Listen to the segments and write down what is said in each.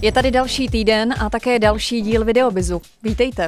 Je tady další týden a také další díl Videobizu. Vítejte.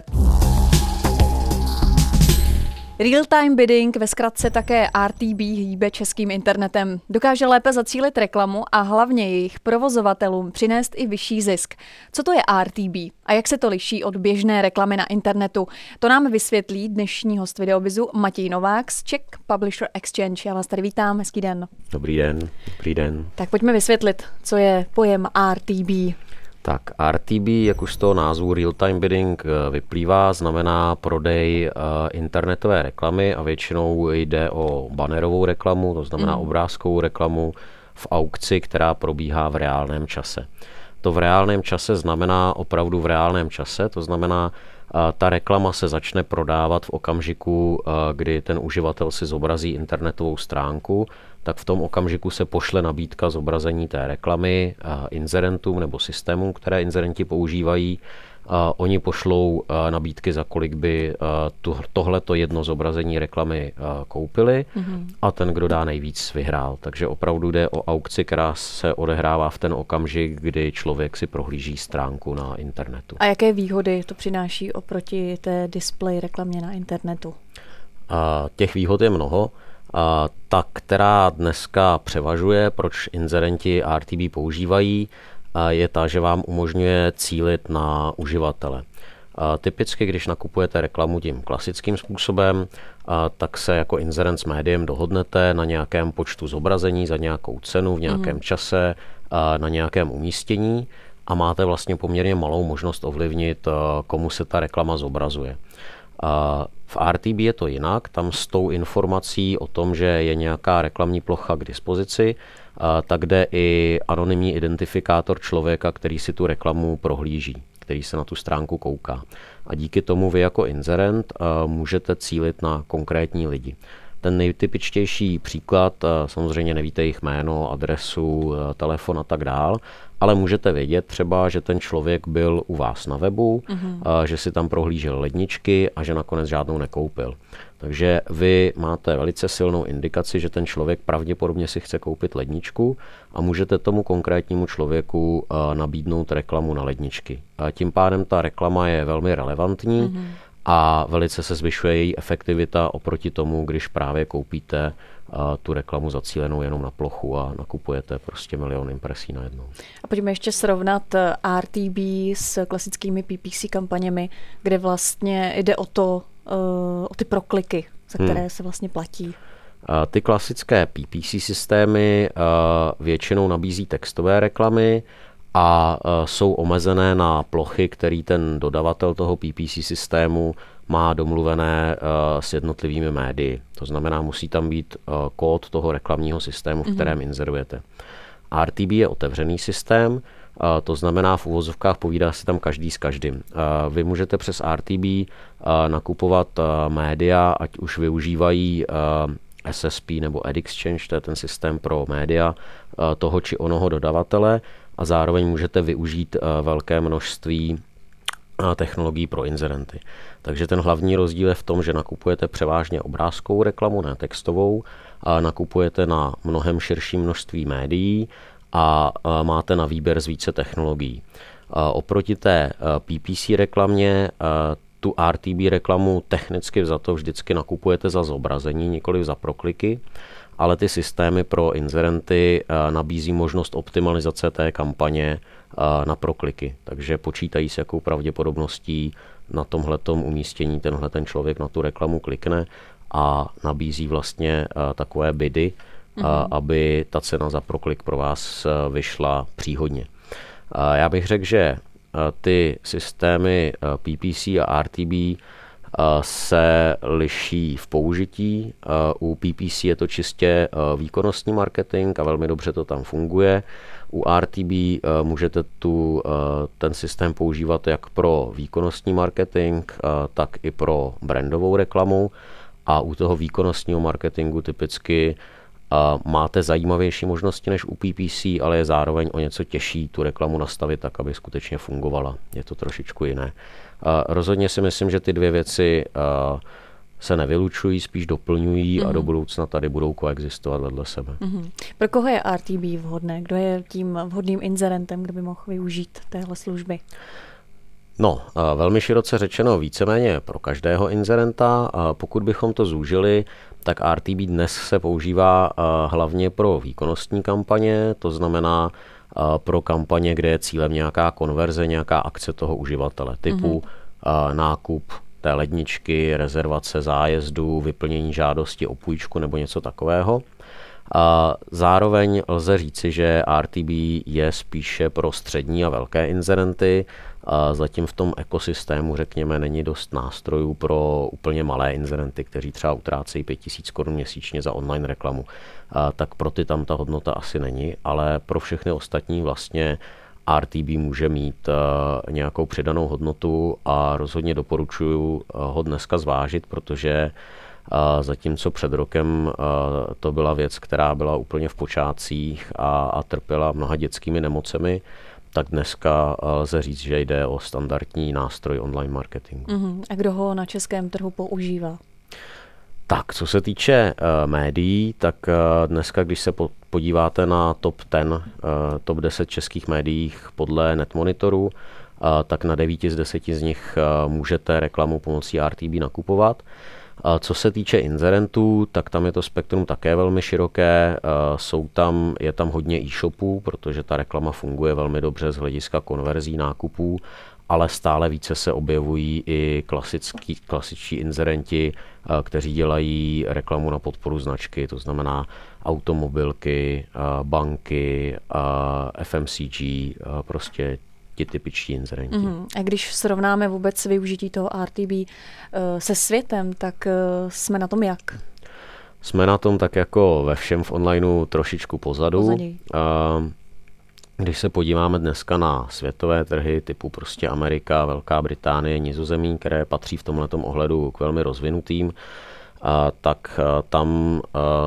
Real-time bidding, ve zkratce také RTB, hýbe českým internetem. Dokáže lépe zacílit reklamu a hlavně jejich provozovatelům přinést i vyšší zisk. Co to je RTB a jak se to liší od běžné reklamy na internetu? To nám vysvětlí dnešní host Videobizu Matěj Novák z Czech Publisher Exchange. Já vás tady vítám, hezký den. Dobrý den, dobrý den. Tak pojďme vysvětlit, co je pojem RTB. Tak RTB, jak už z toho názvu real-time bidding vyplývá, znamená prodej internetové reklamy a většinou jde o bannerovou reklamu, to znamená obrázkovou reklamu v aukci, která probíhá v reálném čase. To v reálném čase znamená opravdu v reálném čase, to znamená, ta reklama se začne prodávat v okamžiku, kdy ten uživatel si zobrazí internetovou stránku, tak v tom okamžiku se pošle nabídka zobrazení té reklamy inzerentům nebo systémům, které inzerenti používají. Oni pošlou nabídky, za kolik by tohleto jedno zobrazení reklamy koupili a ten, kdo dá nejvíc, vyhrál. Takže opravdu jde o aukci, která se odehrává v ten okamžik, kdy člověk si prohlíží stránku na internetu. A jaké výhody to přináší oproti té display reklamě na internetu? Těch výhod je mnoho. Ta, která dneska převažuje, proč inzerenti RTB používají, je ta, že vám umožňuje cílit na uživatele. Typicky, když nakupujete reklamu tím klasickým způsobem, tak se jako inzerent s médiem dohodnete na nějakém počtu zobrazení za nějakou cenu v nějakém čase, na nějakém umístění a máte vlastně poměrně malou možnost ovlivnit, komu se ta reklama zobrazuje. V RTB je to jinak, tam s tou informací o tom, že je nějaká reklamní plocha k dispozici, tak jde i anonymní identifikátor člověka, který si tu reklamu prohlíží, který se na tu stránku kouká. A díky tomu vy jako inzerent můžete cílit na konkrétní lidi. Ten nejtypičtější příklad, samozřejmě nevíte jejich jméno, adresu, telefon a tak dál, ale můžete vědět třeba, že ten člověk byl u vás na webu, že si tam prohlížel ledničky a že nakonec žádnou nekoupil. Takže vy máte velice silnou indikaci, že ten člověk pravděpodobně si chce koupit ledničku a můžete tomu konkrétnímu člověku nabídnout reklamu na ledničky. Tím pádem ta reklama je velmi relevantní a velice se zvyšuje její efektivita oproti tomu, když právě koupíte tu reklamu zacílenou jenom na plochu a nakupujete prostě milion impresí najednou. A pojďme ještě srovnat RTB s klasickými PPC kampaněmi, kde vlastně jde o ty prokliky, za které se vlastně platí. Ty klasické PPC systémy většinou nabízí textové reklamy a jsou omezené na plochy, který ten dodavatel toho PPC systému má domluvené s jednotlivými médii. To znamená, musí tam být kód toho reklamního systému, v kterém inzerujete. RTB je otevřený systém, to znamená, v uvozovkách povídá si tam každý s každým. Vy můžete přes RTB nakupovat média, ať už využívají SSP nebo AdExchange, to je ten systém pro média toho či onoho dodavatele, a zároveň můžete využít velké množství technologií pro inzerenty. Takže ten hlavní rozdíl je v tom, že nakupujete převážně obrázkovou reklamu, ne textovou, a nakupujete na mnohem širší množství médií a máte na výběr z více technologií. Oproti té PPC reklamě tu RTB reklamu technicky vzato vždycky nakupujete za zobrazení, nikoli za prokliky, ale ty systémy pro inzerenty nabízí možnost optimalizace té kampaně na prokliky. Takže počítají s jakou pravděpodobností na tomhletom umístění ten člověk na tu reklamu klikne a nabízí vlastně takové bidy, aby ta cena za proklik pro vás vyšla příhodně. Já bych řekl, že ty systémy PPC a RTB se liší v použití. U PPC je to čistě výkonnostní marketing a velmi dobře to tam funguje. U RTB můžete ten systém používat jak pro výkonnostní marketing, tak i pro brandovou reklamu. A u toho výkonnostního marketingu typicky máte zajímavější možnosti než u PPC, ale je zároveň o něco těžší tu reklamu nastavit tak, aby skutečně fungovala. Je to trošičku jiné. Rozhodně si myslím, že ty dvě věci se nevylučují, spíš doplňují a do budoucna tady budou koexistovat vedle sebe. Pro koho je RTB vhodné? Kdo je tím vhodným inzerentem, kdo by mohl využít téhle služby? No, velmi široce řečeno víceméně pro každého inzerenta. Pokud bychom to zúžili, tak RTB dnes se používá hlavně pro výkonnostní kampaně, to znamená pro kampaně, kde je cílem nějaká konverze, nějaká akce toho uživatele, typu nákup té ledničky, rezervace zájezdu, vyplnění žádosti o půjčku nebo něco takového. Zároveň lze říci, že RTB je spíše pro střední a velké inzerenty. Zatím v tom ekosystému, řekněme, není dost nástrojů pro úplně malé inzerenty, kteří třeba utrácejí 5 000 korun měsíčně za online reklamu. Tak pro ty tam ta hodnota asi není, ale pro všechny ostatní vlastně RTB může mít nějakou přidanou hodnotu a rozhodně doporučuji ho dneska zvážit, protože zatímco před rokem to byla věc, která byla úplně v počátcích a trpěla mnoha dětskými nemocemi, tak dneska lze říct, že jde o standardní nástroj online marketingu. A kdo ho na českém trhu používá? Tak, co se týče médií, tak dneska, když se podíváte na top 10 českých médiích podle Netmonitoru, tak na 9 z 10 z nich můžete reklamu pomocí RTB nakupovat. Co se týče inzerentů, tak tam je to spektrum také velmi široké. Je tam hodně e-shopů, protože ta reklama funguje velmi dobře z hlediska konverzí nákupů, ale stále více se objevují i klasičtí inzerenti, kteří dělají reklamu na podporu značky, to znamená automobilky, banky, FMCG, prostě ti typičtí inzerenti. A když srovnáme vůbec využití toho RTB se světem, tak jsme na tom jak? Jsme na tom tak jako ve všem v onlineu trošičku pozadu. Když se podíváme dneska na světové trhy typu prostě Amerika, Velká Británie, Nizozemí, které patří v tomhletom ohledu k velmi rozvinutým, tak tam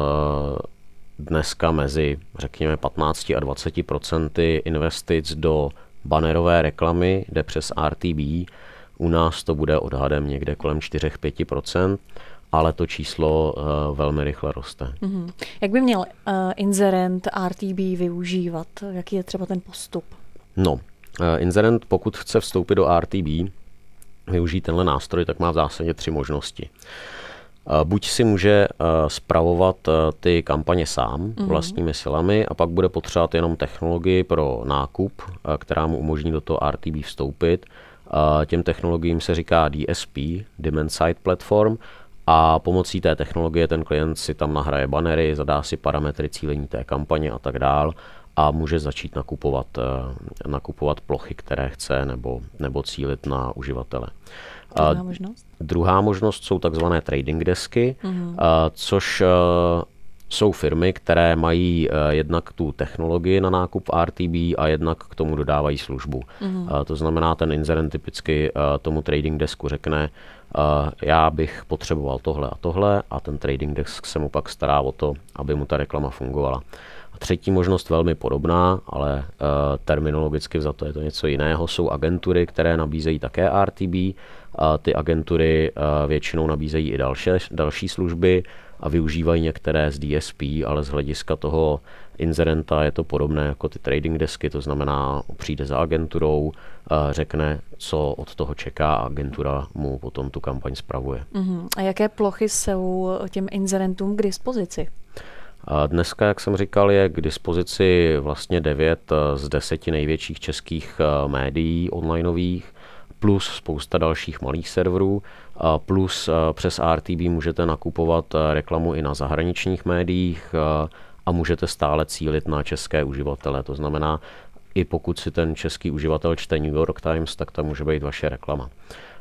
dneska mezi řekněme 15 a 20% investic do bannerové reklamy jde přes RTB. U nás to bude odhadem někde kolem 4-5%, ale to číslo velmi rychle roste. Jak by měl inzerent RTB využívat? Jaký je třeba ten postup? No, inzerent, pokud chce vstoupit do RTB, využít tenhle nástroj, tak má v zásadě 3 možnosti. Buď si může spravovat ty kampaně sám vlastními silami a pak bude potřebovat jenom technologii pro nákup, která mu umožní do toho RTB vstoupit. Těm technologiím se říká DSP, Demand Side Platform, a pomocí té technologie ten klient si tam nahraje bannery, zadá si parametry cílení té kampaně a tak dál a může začít nakupovat plochy, které chce nebo cílit na uživatele. Druhá možnost jsou takzvané trading desky, což jsou firmy, které mají jednak tu technologii na nákup RTB a jednak k tomu dodávají službu. To znamená, ten inzerent typicky tomu trading desku řekne, já bych potřeboval tohle a ten trading desk se mu pak stará o to, aby mu ta reklama fungovala. A třetí možnost velmi podobná, ale terminologicky vzato je to něco jiného, jsou agentury, které nabízejí také RTB. Ty agentury většinou nabízejí i další služby a využívají některé z DSP, ale z hlediska toho inzerenta je to podobné jako ty trading desky, to znamená, přijde za agenturou, řekne, co od toho čeká a agentura mu potom tu kampaň spravuje. A jaké plochy jsou těm inzerentům k dispozici? Dneska, jak jsem říkal, je k dispozici vlastně 9 z 10 největších českých médií onlineových, plus spousta dalších malých serverů, plus přes RTB můžete nakupovat reklamu i na zahraničních médiích a můžete stále cílit na české uživatele. To znamená, i pokud si ten český uživatel čte New York Times, tak tam může být vaše reklama.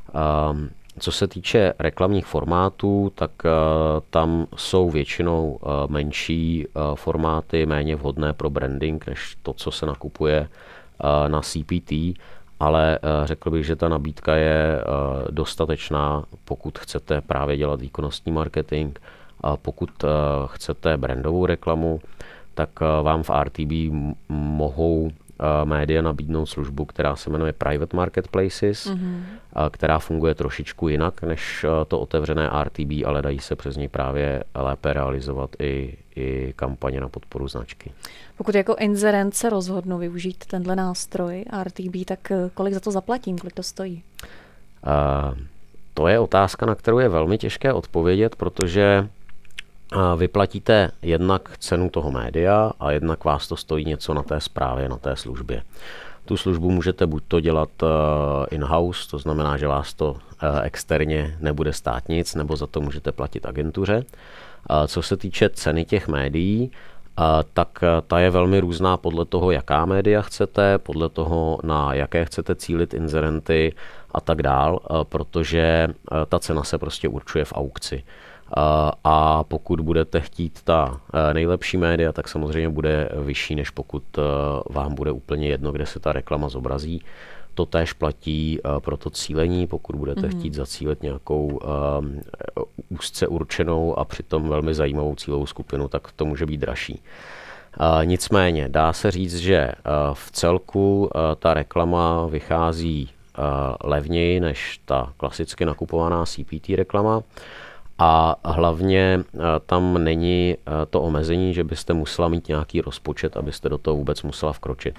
Co se týče reklamních formátů, tak tam jsou většinou menší formáty, méně vhodné pro branding, než to, co se nakupuje na CPT, ale řekl bych, že ta nabídka je dostatečná, pokud chcete právě dělat výkonnostní marketing, a pokud chcete brandovou reklamu, tak vám v RTB mohou média nabídnout službu, která se jmenuje Private Marketplaces, která funguje trošičku jinak než to otevřené RTB, ale dají se přes něj právě lépe realizovat i kampaně na podporu značky. Pokud jako inzerent se rozhodnu využít tenhle nástroj RTB, tak kolik za to zaplatím, kolik to stojí? To je otázka, na kterou je velmi těžké odpovědět, protože vyplatíte jednak cenu toho média a jednak vás to stojí něco na té správě, na té službě. Tu službu můžete buď to dělat in-house, to znamená, že vás to externě nebude stát nic, nebo za to můžete platit agentuře. Co se týče ceny těch médií, tak ta je velmi různá podle toho, jaká média chcete, podle toho, na jaké chcete cílit inzerenty a tak dál, protože ta cena se prostě určuje v aukci. A pokud budete chtít ta nejlepší média, tak samozřejmě bude vyšší, než pokud vám bude úplně jedno, kde se ta reklama zobrazí. To též platí pro to cílení, pokud budete chtít zacílit nějakou úzce určenou a přitom velmi zajímavou cílovou skupinu, tak to může být dražší. Nicméně dá se říct, že v celku ta reklama vychází levněji než ta klasicky nakupovaná CPT reklama. A hlavně tam není to omezení, že byste musela mít nějaký rozpočet, abyste do toho vůbec musela vkročit.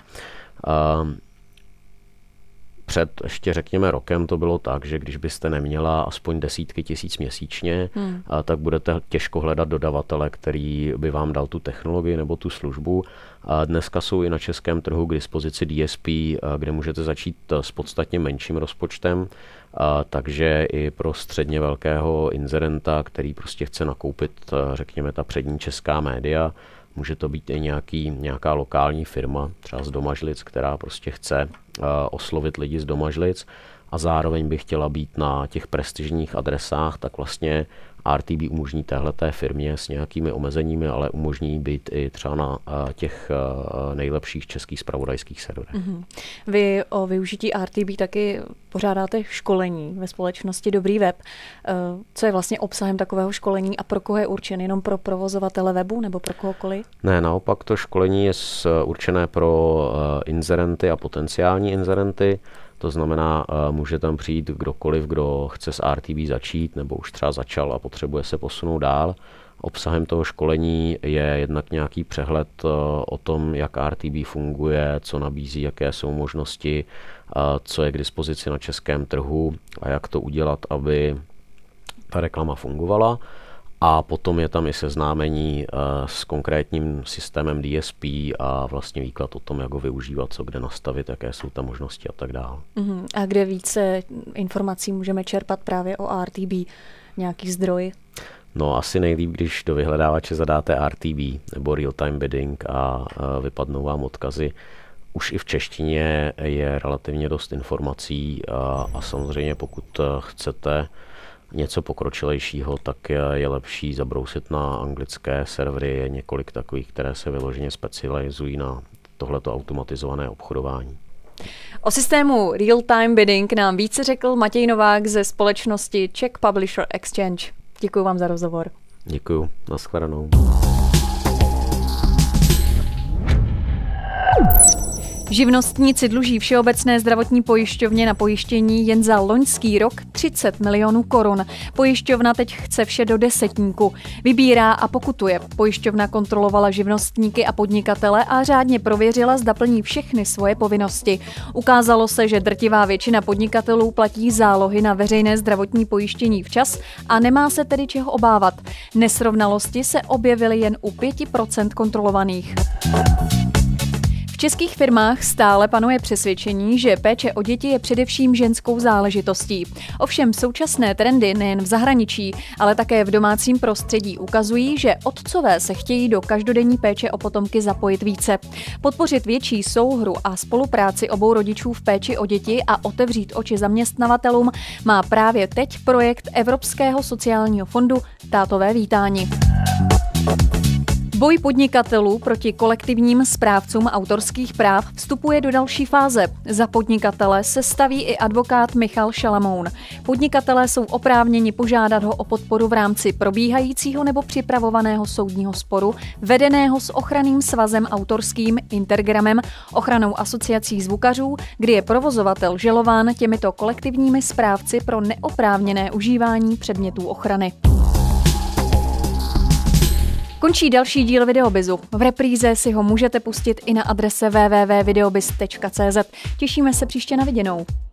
Před ještě řekněme rokem to bylo tak, že když byste neměla aspoň desítky tisíc měsíčně, tak budete těžko hledat dodavatele, který by vám dal tu technologii nebo tu službu. Dneska jsou i na českém trhu k dispozici DSP, kde můžete začít s podstatně menším rozpočtem, takže i pro středně velkého inzerenta, který prostě chce nakoupit, řekněme, ta přední česká média, může to být i nějaká lokální firma, třeba z Domažlic, která prostě chce oslovit lidi z Domažlic a zároveň by chtěla být na těch prestižních adresách, tak vlastně RTB umožní téhleté firmě s nějakými omezeními, ale umožní být i třeba na těch nejlepších českých zpravodajských serverech. Vy o využití RTB taky pořádáte školení ve společnosti Dobrý web. Co je vlastně obsahem takového školení a pro koho je určen? Jenom pro provozovatele webu nebo pro kohokoliv? Ne, naopak to školení je určené pro inzerenty a potenciální inzerenty. To znamená, může tam přijít kdokoliv, kdo chce s RTB začít nebo už třeba začal a potřebuje se posunout dál. Obsahem toho školení je jednak nějaký přehled o tom, jak RTB funguje, co nabízí, jaké jsou možnosti, co je k dispozici na českém trhu a jak to udělat, aby ta reklama fungovala. A potom je tam i seznámení s konkrétním systémem DSP a vlastně výklad o tom, jak ho využívat, co kde nastavit, jaké jsou tam možnosti a tak dále. A kde více informací můžeme čerpat právě o RTB? Nějaký zdroj? No asi nejlíp, když do vyhledávače zadáte RTB nebo Real Time Bidding a vypadnou vám odkazy. Už i v češtině je relativně dost informací a samozřejmě pokud chcete něco pokročilejšího, tak je lepší zabrousit na anglické servery. Je několik takových, které se vyloženě specializují na tohleto automatizované obchodování. O systému Real Time Bidding nám více řekl Matěj Novák ze společnosti Czech Publisher Exchange. Děkuji vám za rozhovor. Děkuji, nashledanou. Živnostníci dluží Všeobecné zdravotní pojišťovně na pojištění jen za loňský rok 30 milionů korun. Pojišťovna teď chce vše do desetníku. Vybírá a pokutuje. Pojišťovna kontrolovala živnostníky a podnikatele a řádně prověřila, zda plní všechny svoje povinnosti. Ukázalo se, že drtivá většina podnikatelů platí zálohy na veřejné zdravotní pojištění včas a nemá se tedy čeho obávat. Nesrovnalosti se objevily jen u 5% kontrolovaných. V českých firmách stále panuje přesvědčení, že péče o děti je především ženskou záležitostí. Ovšem současné trendy nejen v zahraničí, ale také v domácím prostředí ukazují, že otcové se chtějí do každodenní péče o potomky zapojit více. Podpořit větší souhru a spolupráci obou rodičů v péči o děti a otevřít oči zaměstnavatelům má právě teď projekt Evropského sociálního fondu Tátové vítání. Boj podnikatelů proti kolektivním správcům autorských práv vstupuje do další fáze. Za podnikatele se staví i advokát Michal Šalamoun. Podnikatelé jsou oprávněni požádat ho o podporu v rámci probíhajícího nebo připravovaného soudního sporu, vedeného s Ochranným svazem autorským, Intergramem, Ochrannou asociací zvukařů, kdy je provozovatel žalován těmito kolektivními správci pro neoprávněné užívání předmětů ochrany. Končí další díl Videobizu. V repríze si ho můžete pustit i na adrese www.videobiz.cz. Těšíme se příště na viděnou.